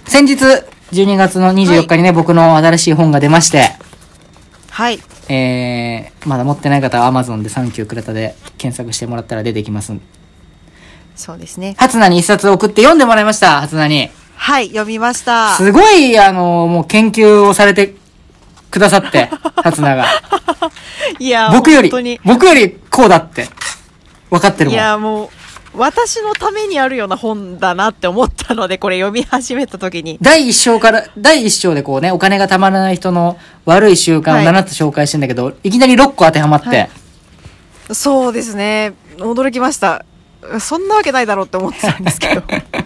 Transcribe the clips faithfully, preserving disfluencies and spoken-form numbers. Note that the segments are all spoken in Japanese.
先日じゅうにがつのにじゅうよっかにね、はい、僕の新しい本が出まして、 はい。 えー、まだ持ってない方は Amazon でサンキュークラタで検索してもらったら出てきます。 そうですね。 初菜に一冊送って読んでもらいました。初菜に。 はい、読みました。 すごい、あの、もう研究をされてくださって、初菜が。 いや、 僕より、 本当に僕よりこうだって、分かってるもん。 いや、もう、私のためにあるような本だなって思ったので、これ読み始めた時に。 第一章から、第一章でこうね、お金が貯まらない人の悪い習慣をななつ紹介してんだけど、はい、いきなりろっこ当てはまって、はい。 そうですね。驚きました。そんなわけないだろうって思ってたんですけど。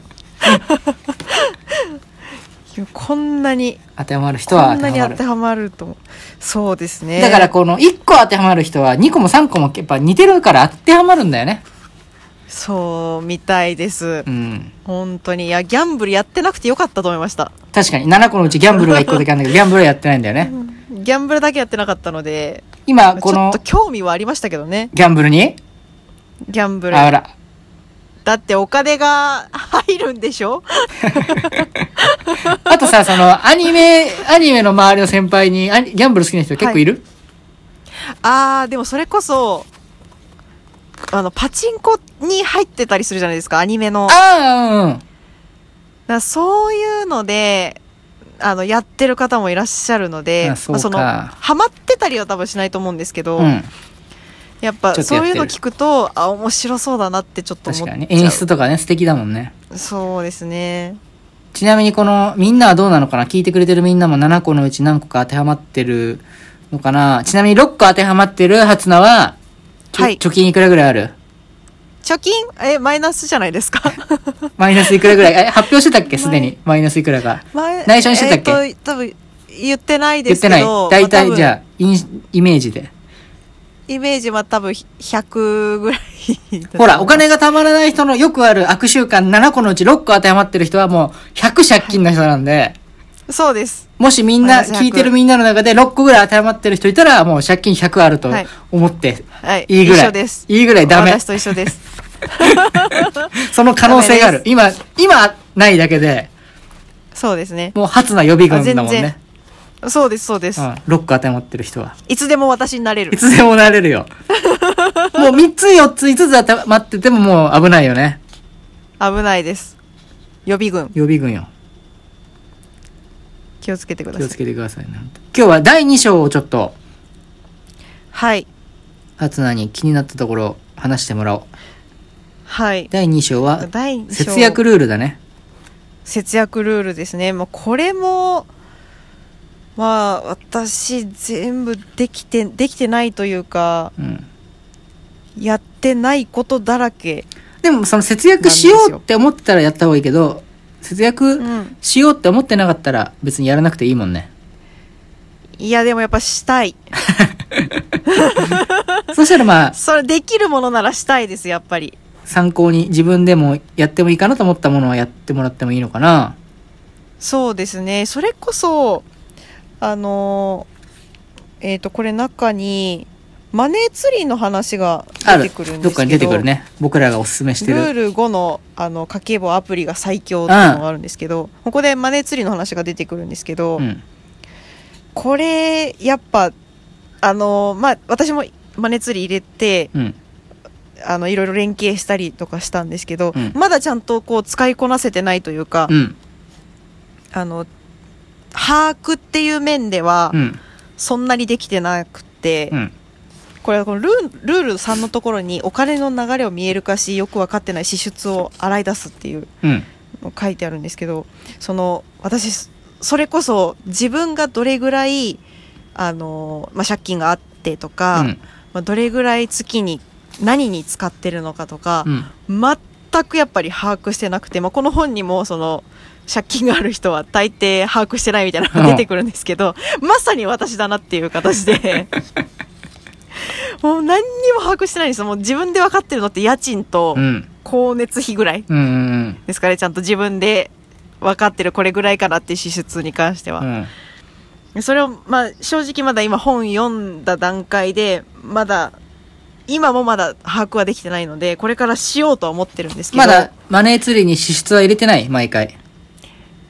こんなに当てはまる人は当てはまる。 こんなに当てはまると。そうですね。 だからこのいっこ当てはまる人はにこもさんこもやっぱ似てるから当てはまるんだよね。 そうみたいです。 うん。 本当に。いや、ギャンブルやってなくてよかったと思いました。 確かに。ななこのうちギャンブルがいっこだけあるんだけど、ギャンブルはやってないんだよね。 ギャンブルだけやってなかったので、 今、この。 ちょっと興味はありましたけどね。 ギャンブルにギャンブル。 あら。 だってお金が入るんでしょあとさ、その、アニメ、アニメの周りの先輩に、ギャンブル好きな人結構いる、はい、 あー、でもそれこそ、あの、パチンコに入ってたりするじゃないですか、アニメの。 ああ、うん。 だそういうので、あの、やってる方もいらっしゃるので、 あそうか、まあ、 その、ハマってたりは多分しないと思うんですけど、うん、やっぱそういうの聞くと、あ、面白そうだなってちょっと思っちゃう。 確かに。演出とかね、素敵だもんね。 そうですね。 ちなみにこの、みんなはどうなのかな、聞いてくれてるみんなもななこのうち何個か当てはまってるのかな。ちなみにろっこ当てはまってる初菜は、はい、貯金いくらぐらいある？ 貯金え、マイナスじゃないですかマイナスいくらぐらいえ、発表してたっけすでに。マイナスいくらか。内緒にしてたっけ？ えっと、多分、言ってないですけど。言ってない。大体、まあ、じゃあ、イン、イメージで。 イメージは多分ひゃくぐらい。 ほら、お金が貯まらない人のよくある悪習慣ななこのうちろっこ当てはまってる人はもうひゃく借金の人なんで。はい、 そうです。 もしみんな、聞いてるみんなの中でろっこぐらい当てはまってる人いたらもう借金ひゃくあると思って、はい、いいぐらい。 一緒です。 いいぐらいダメ。 私と一緒です。 その可能性がある。今、今ないだけで。 そうですね。 もう初な予備軍だもんね。 そうです、そうです。 うん、ろっこ当てはまってる人は。 いつでも私になれる。 いつでもなれるよ。もうみっつよっついつつ当てはまっててももう危ないよね。 危ないです。予備軍。 予備軍よ。 気をつけてください。 気をつけてくださいね。今日はだいに章をちょっと。 はい。 初菜に気になったところ話してもらおう。 はい。 だいに章は、節約ルールだね。 節約ルールですね。もうこれも、まあ、私、全部できて、できてないというか、うん、やってないことだらけ。 でも、その節約しようって思ってたらやった方がいいけど、節約しようって思ってなかったら別にやらなくていいもんね。 うん、いや、でもやっぱしたい。 そしたらまあ。 それできるものならしたいです、やっぱり。 参考に自分でもやってもいいかなと思ったものはやってもらってもいいのかな。 そうですね。それこそ、あのえっとこれ中にマネーツリーの話が出てくるんですけど、 どっかに出てくるね。僕らがおすすめしてるルールごのあの家計簿アプリが最強っていうのがあるんですけど、うん、ここでマネーツリーの話が出てくるんですけど、うん、これやっぱあのまあ私もマネーツリー入れて、うん、あのいろいろ連携したりとかしたんですけど、うん、まだちゃんとこう使いこなせてないというか、うん、あの把握っていう面ではそんなにできてなくて、うん、これはこのルー、ルールさんのところにお金の流れを見える化しよく分かってない支出を洗い出すっていうの書いてあるんですけど、その私それこそ自分がどれぐらいあの、まあ、借金があってとか、うん、まあ、どれぐらい月に何に使ってるのかとか、うん、全くやっぱり把握してなくて、まあ、この本にもその借金がある人は大抵把握してないみたいなのが出てくるんですけど、うん、まさに私だなっていう形でもう何にも把握してないんですよ。もう自分で分かってるのって家賃と光熱費ぐらいですかね、ちゃんと自分で分かってるこれぐらいかなっていう支出に関しては、うん、それをまあ正直まだ今本読んだ段階でまだ今もまだ把握はできてないので、これからしようとは思ってるんですけど、 まだマネーツリーに支出は入れてない？毎回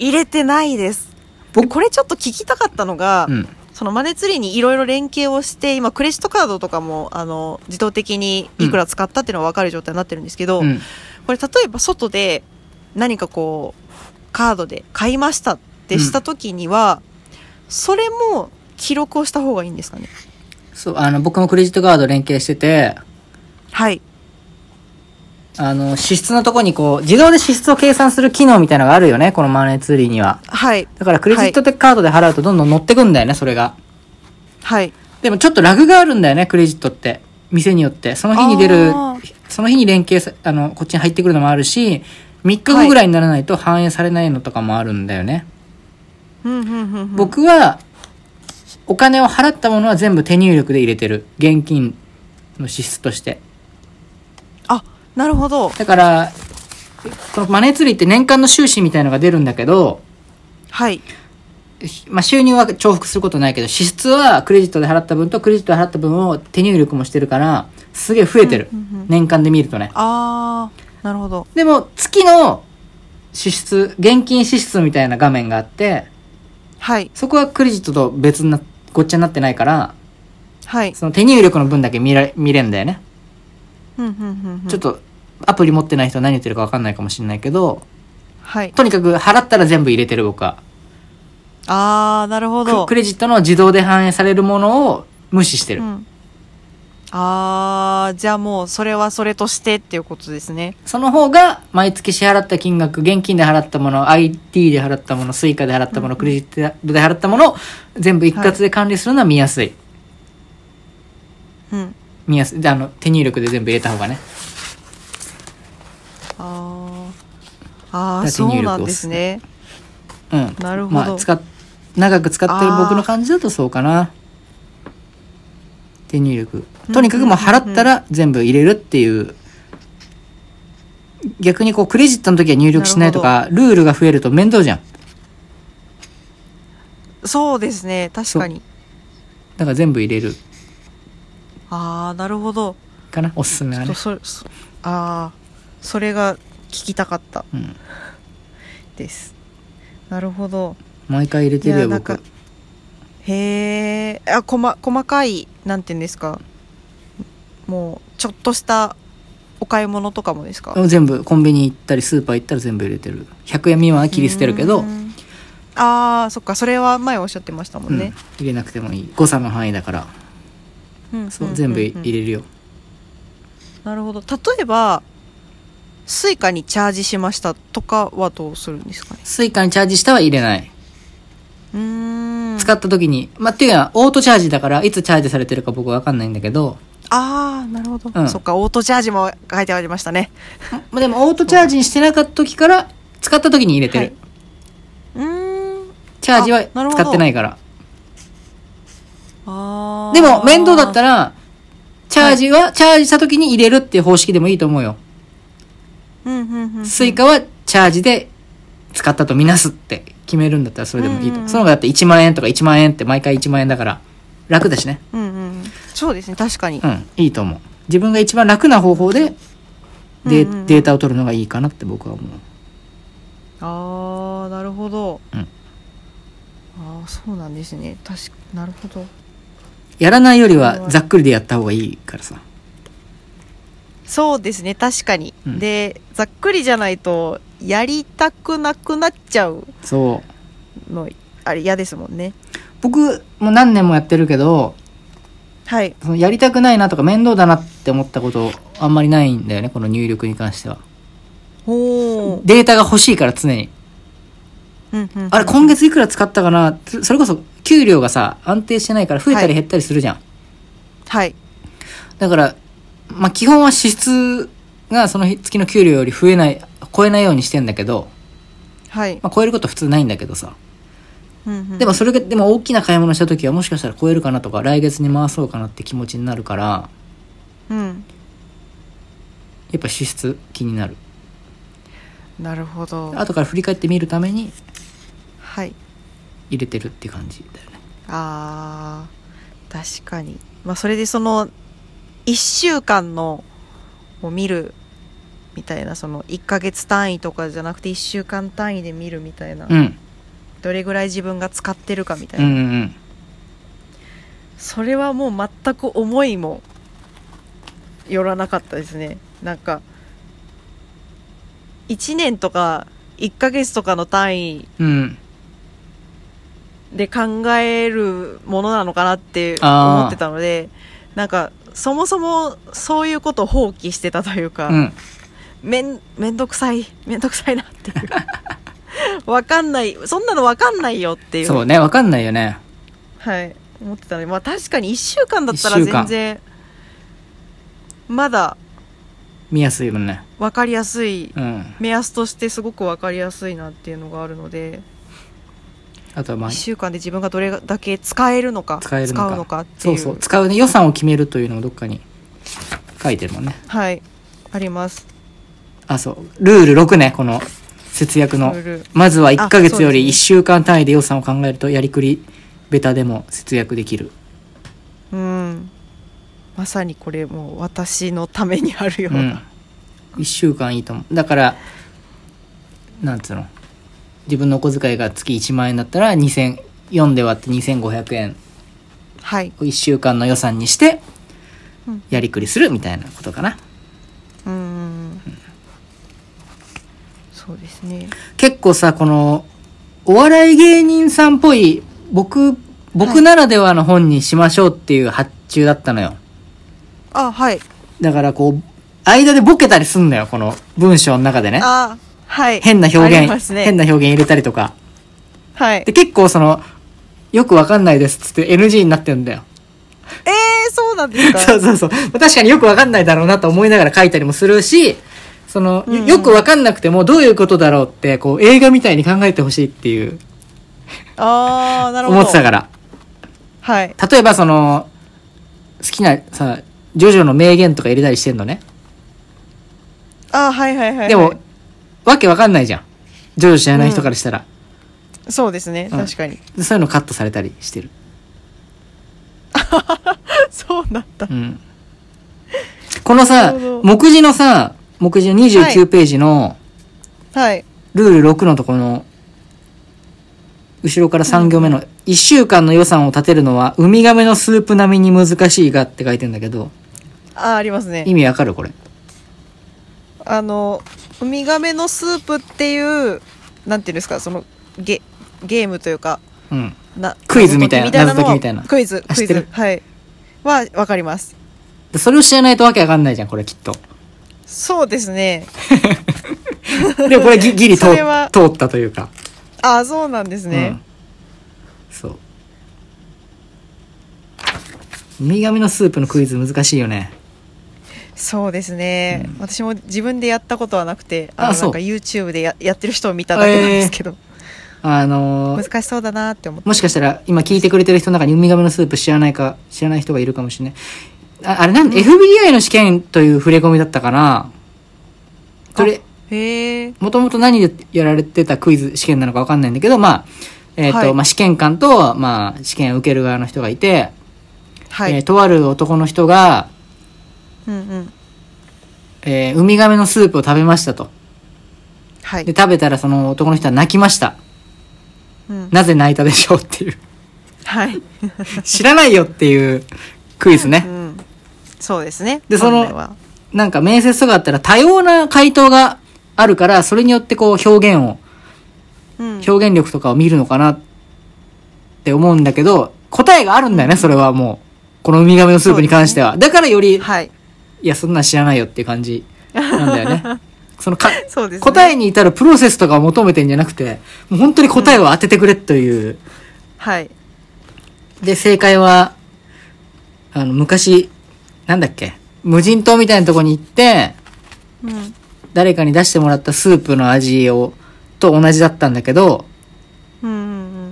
入れてないです。僕これちょっと聞きたかったのが、うん、そのマネーツリーにいろいろ連携をして今クレジットカードとかもあの自動的にいくら使ったっていうのが分かる状態になってるんですけど、うん、これ例えば外で何かこうカードで買いましたってした時には、うん、それも記録をした方がいいんですかね。 そう、あの僕もクレジットカード連携してて、 はい、 あの支出のとこにこう自動で支出を計算する機能みたいなのがあるよね、このマネーツリーには。 はい。 だからクレジットカードで払うとどんどん乗ってくんだよね、それが。 はい。 でもちょっとラグがあるんだよね、クレジットって。店によって。その日に出る、その日に連携さ、あの、こっちに入ってくるのもあるし、みっかごぐらいにならないと反映されないのとかもあるんだよね。 はい、 僕は、お金を払ったものは全部手入力で入れてる。現金の支出として。 あ、なるほど。 だから、このマネーツリーって年間の収支みたいのが出るんだけど、 はい。 まあ、収入は重複することないけど、支出はクレジットで払った分とクレジットで払った分を手入力もしてるから、すげえ増えてる。うんうんうん、年間で見るとね。 あー、なるほど。 でも、月の支出、現金支出みたいな画面があって、 はい。 そこはクレジットと別な、ごっちゃになってないから、 はい。 その手入力の分だけ見ら、見れんだよね。 うんうんうんうん、ちょっと、アプリ持ってない人は何言ってるか分かんないかもしれないけど、 はい。 とにかく払ったら全部入れてる、僕は。 あー、なるほど。 クレジットの自動で反映されるものを無視してる。うん、 あー、じゃあもうそれはそれとしてっていうことですね。 その方が毎月支払った金額、現金で払ったもの、アイティー で払ったもの、スイカで払ったもの、うん、クレジットで払ったものを全部一括で管理するのは見やすい。 はい、うん。 見やすい。で、あの、手入力で全部入れた方がね。 あー。あー、そうなんですね。 うん。 なるほど。 まあ、使っ、長く使ってる僕の感じだとそうかな。手入力。とにかくもう払ったら全部入れるっていう。逆にこうクレジットの時は入力しないとか、ルールが増えると面倒じゃん。 そうですね、確かに。 だから全部入れる。 ああ、なるほど。 かな、おすすめはね。 そそああ、それが聞きたかった。うん、です。なるほど。 毎回入れてるよ、僕。 へえ、あ、こま、細かい、なんていうんですか。もう、ちょっとしたお買い物とかもですか？ 全部、コンビニ行ったり、スーパー行ったら全部入れてる。ひゃくえん未満は切り捨てるけど。 ああ、そっか、それは前おっしゃってましたもんね。うん、 入れなくてもいい。誤差の範囲だから。うん、そう、全部入れるよ。 なるほど。例えば、スイカにチャージしましたとかはどうするんですかね？ スイカにチャージしたは入れない。 うーん。 使った時に。まあ、っていうのは、オートチャージだから、いつチャージされてるか僕はわかんないんだけど。 ああ、なるほど、うん。そっか、オートチャージも書いてありましたね。 まあ、でも、オートチャージにしてなかった時から、使った時に入れてる。 はい、うーん。 チャージは使ってないから。 あでも、面倒だったら、チャージは、はい、チャージした時に入れるっていう方式でもいいと思うよ。 うんうんうんうん、 スイカはチャージで使ったとみなすって決めるんだったらそれでもいいと、うんうん、その方がだっていちまんえんとかいちまんえんって毎回いちまんえんだから楽だしね。 うんうん、そうですね、確かに。 うん、いいと思う。自分が一番楽な方法でデ、うんうん、データを取るのがいいかなって僕は思う。 あー、なるほど。 うん、 あー、そうなんですね。確か、なるほど。 やらないよりはざっくりでやった方がいいからさ。 そうですね、確かに、うん、でざっくりじゃないとやりたくなくなっちゃうのあれ嫌ですもんね。 僕も何年もやってるけど、 はい、 そのやりたくないなとか面倒だなって思ったことあんまりないんだよね、この入力に関しては。 ほー、 データが欲しいから常に、 うんうんうん、 あれ今月いくら使ったかな、それこそ給料がさ安定してないから増えたり減ったりするじゃん。 はい、 だからまあ基本は支出がその月の給料より増えない、超えないようにしてんだけど、 はい、 まあ超えること普通ないんだけどさ、 うんうん、 でもそれがでも大きな買い物した時はもしかしたら超えるかなとか来月に回そうかなって気持ちになるから、 うん、 やっぱ支出気になる。 なるほど。 後から振り返ってみるためにはい入れてるって感じだよね。 あー、確かに。まあそれでそのいっしゅうかんのを見るみたいな、そのいっかげつ単位とかじゃなくていっしゅうかん単位で見るみたいな、 うん、 どれぐらい自分が使ってるかみたいな、 うんうんうん、 それはもう全く思いもよらなかったですね。なんかいちねんとかいっかげつとかの単位で考えるものなのかなって思ってたので、なんかそもそもそういうことを放棄してたというか、うん、めん、めんどくさいめんどくさいなっていうわかんない、そんなのわかんないよっていう、 そうね、わかんないよね、 はい思ってたので、まあ確かにいっしゅうかんだったら全然まだ見やすいもんね、 わかりやすい、 うん、 目安としてすごくわかりやすいなっていうのがあるので、 あとはまあいっしゅうかんで自分がどれだけ使えるのか使えるのか使うのかっていう、 そうそう、使う、ね、予算を決めるというのをどっかに書いてるもんね。 はいあります。 あ、そうルールろくね、この節約のまずはいっかげつよりいっしゅうかん単位で予算を考えるとやりくりベタでも節約できる。 うん、まさにこれもう私のためにあるような、うん、 いっしゅうかんいいと思う。だからなんつうの、自分のお小遣いが月いちまんえんだったらにせんよんで割ってにせんごひゃくえん、 はい、 いっしゅうかんの予算にしてやりくりするみたいなことかな。 うん、うん、そうですね。 結構さ、このお笑い芸人さんっぽい僕僕ならではの本にしましょうっていう発注だったのよ。 あ、はい。 だからこう間でボケたりすんのよ、この文章の中でね。 あ、はい。 変な表現、ね、変な表現入れたりとか。 はい。 で結構そのよくわかんないですっつって エヌジー になってるんだよ。 えー、そうなんですか。 そうそうそう。確かによくわかんないだろうなと思いながら書いたりもするし、その、うんうん、よくわかんなくてもどういうことだろうってこう映画みたいに考えてほしいっていう。 あー、なるほど。 思ってたから。 はい。 例えばその好きなさジョジョの名言とか入れたりしてんのね。 あー、はいはいはい、はい。 でもわけわかんないじゃん、ジョジョ知らない人からしたら、 うん、そうですね、うん、確かに。 そういうのカットされたりしてる。 そうなんだ、 うん、このさ目次のさ目次のにじゅうきゅうページのルールろくのところの後ろからさん行目の、うん、いっしゅうかんの予算を立てるのはウミガメのスープ並みに難しいがって書いてるんだけど、 あ、ありますね。 意味わかるこれ。 あのウミガメのスープっていうなんていうんですか、その ゲ, ゲームというか、 うん、なクイズみたいな謎解きみたいなクイズクイズはいはわかります。 それを知らないとわけわかんないじゃんこれきっと。 そうですね。 でもこれギリ通, 通ったというか。 ああ、そうなんですね、うん、 そうウミガメのスープのクイズ難しいよね。 そうですね、うん、私も自分でやったことはなくて、あのなんか YouTube で や, やってる人を見ただけなんですけど、 えー、あのー、 難しそうだなって思って。 もしかしたら今聞いてくれてる人の中にウミガメのスープ知らないか知らない人がいるかもしれない。 あ, あれなん、うん、エフビーアイ の試験という触れ込みだったかな。それもともと何でやられてたクイズ試験なのか分かんないんだけど、まあえーとはいまあ、試験官と、まあ、試験を受ける側の人がいて、はいえー、とある男の人が、 うんうんえー、ウミガメのスープを食べましたと、はい、で食べたらその男の人は泣きました、うん、なぜ泣いたでしょうっていう、はい、知らないよっていうクイズね、うん、 そうですね。 でそのなんか面接とかあったら多様な回答があるから、それによってこう表現を、うん、表現力とかを見るのかなって思うんだけど、答えがあるんだよね、うん、それはもうこのウミガメのスープに関しては、ね、だからより、はい、いやそんなん知らないよっていう感じなんだよね。そのかそうですね、答えに至るプロセスとかを求めてんじゃなくて、もう本当に答えを当ててくれという、うん、 はい。 で正解はあの昔なんだっけ、無人島みたいなとこに行って、うん、誰かに出してもらったスープの味をと同じだったんだけど、うんうんうん、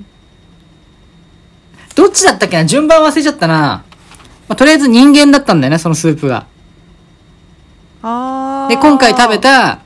どっちだったっけな、順番忘れちゃったな、まあ、とりあえず人間だったんだよね、そのスープが。 あで今回食べた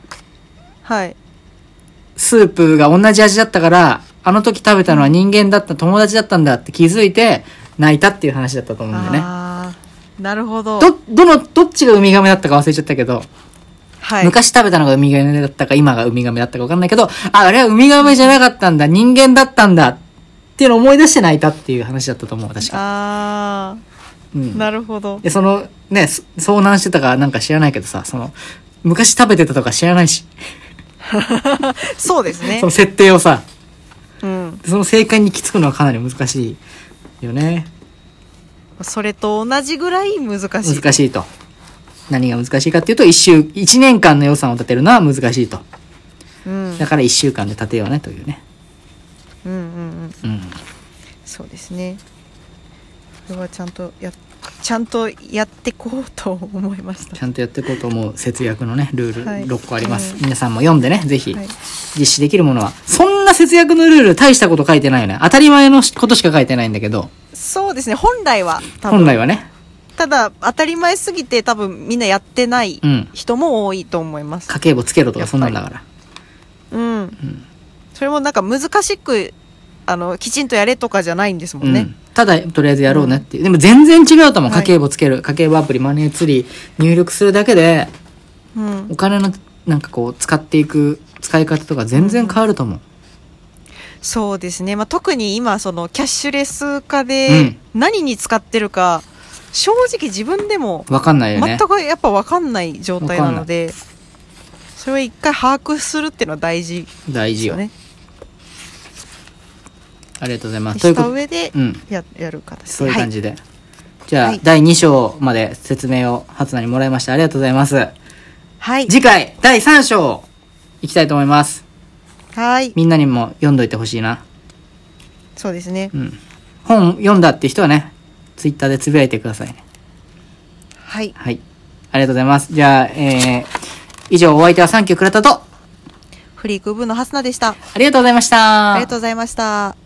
スープが同じ味だったから、あの時食べたのは人間だった、友達だったんだって気づいて泣いたっていう話だったと思うんだよね。 あ、なるほど。 どどのどっちがウミガメだったか忘れちゃったけど、 はい。 昔食べたのがウミガメだったか、今がウミガメだったか分かんないけど、あ、あれはウミガメじゃなかったんだ、人間だったんだっていうのを思い出して泣いたっていう話だったと思う、確か。 あー、うん、なるほど。 で、その、ね、遭難してたかなんか知らないけどさ、その、昔食べてたとか知らないし。 そうですね。 その設定をさ、 うん。 その正解に行き着くのはかなり難しいよね。 それと同じぐらい難しい。 難しいと。何が難しいかっていうと、一週、一年間の予算を立てるのは難しいと。 うん。 だから一週間で立てようねというね。 うんうんうん。 うん。 そうですね。これはちゃんとや、ちゃんとやっていこうと思いました。 ちゃんとやっていこうと思う節約のね、ルールろっこあります。 はい、 皆さんも読んでね、ぜひ、実施できるものは。そんな節約のルール大したこと書いてないよね。当たり前のことしか書いてないんだけど。 そうですね、本来は。多分本来はね。 ただ、当たり前すぎて多分みんなやってない人も多いと思います。 家計簿つけろとかそんなんだから。 うん。うん。それもなんか難しく、あの、きちんとやれとかじゃないんですもんね。うん、 ただ、とりあえずやろうねっていう。うん、でも全然違うと思う。家計簿つける。はい、家計簿アプリ、マネーツリー入力するだけで、うん、お金のなんかこう、使っていく使い方とか全然変わると思う。うん、 そうですね。まあ、特に今、その、キャッシュレス化で、何に使ってるか、正直自分でも、 わかんないよね。 全くやっぱわかんない状態なので、それを一回把握するっていうのは大事ですよね。 大事よ。ありがとうございます。 した上でや、うん、やる形で。 そういう感じで。はい、じゃあ、はい、だいに章まで説明を初菜にもらいました。ありがとうございます。 はい。 次回、だいさん章、いきたいと思います。 はい。 みんなにも読んどいてほしいな。 そうですね。 うん。本読んだって人はね、ツイッターでつぶやいてくださいね。 はい。 はい。ありがとうございます。じゃあ、えー、以上、お相手はサンキュー倉田と、 フリーク部のハスナでした。 ありがとうございました。 ありがとうございました。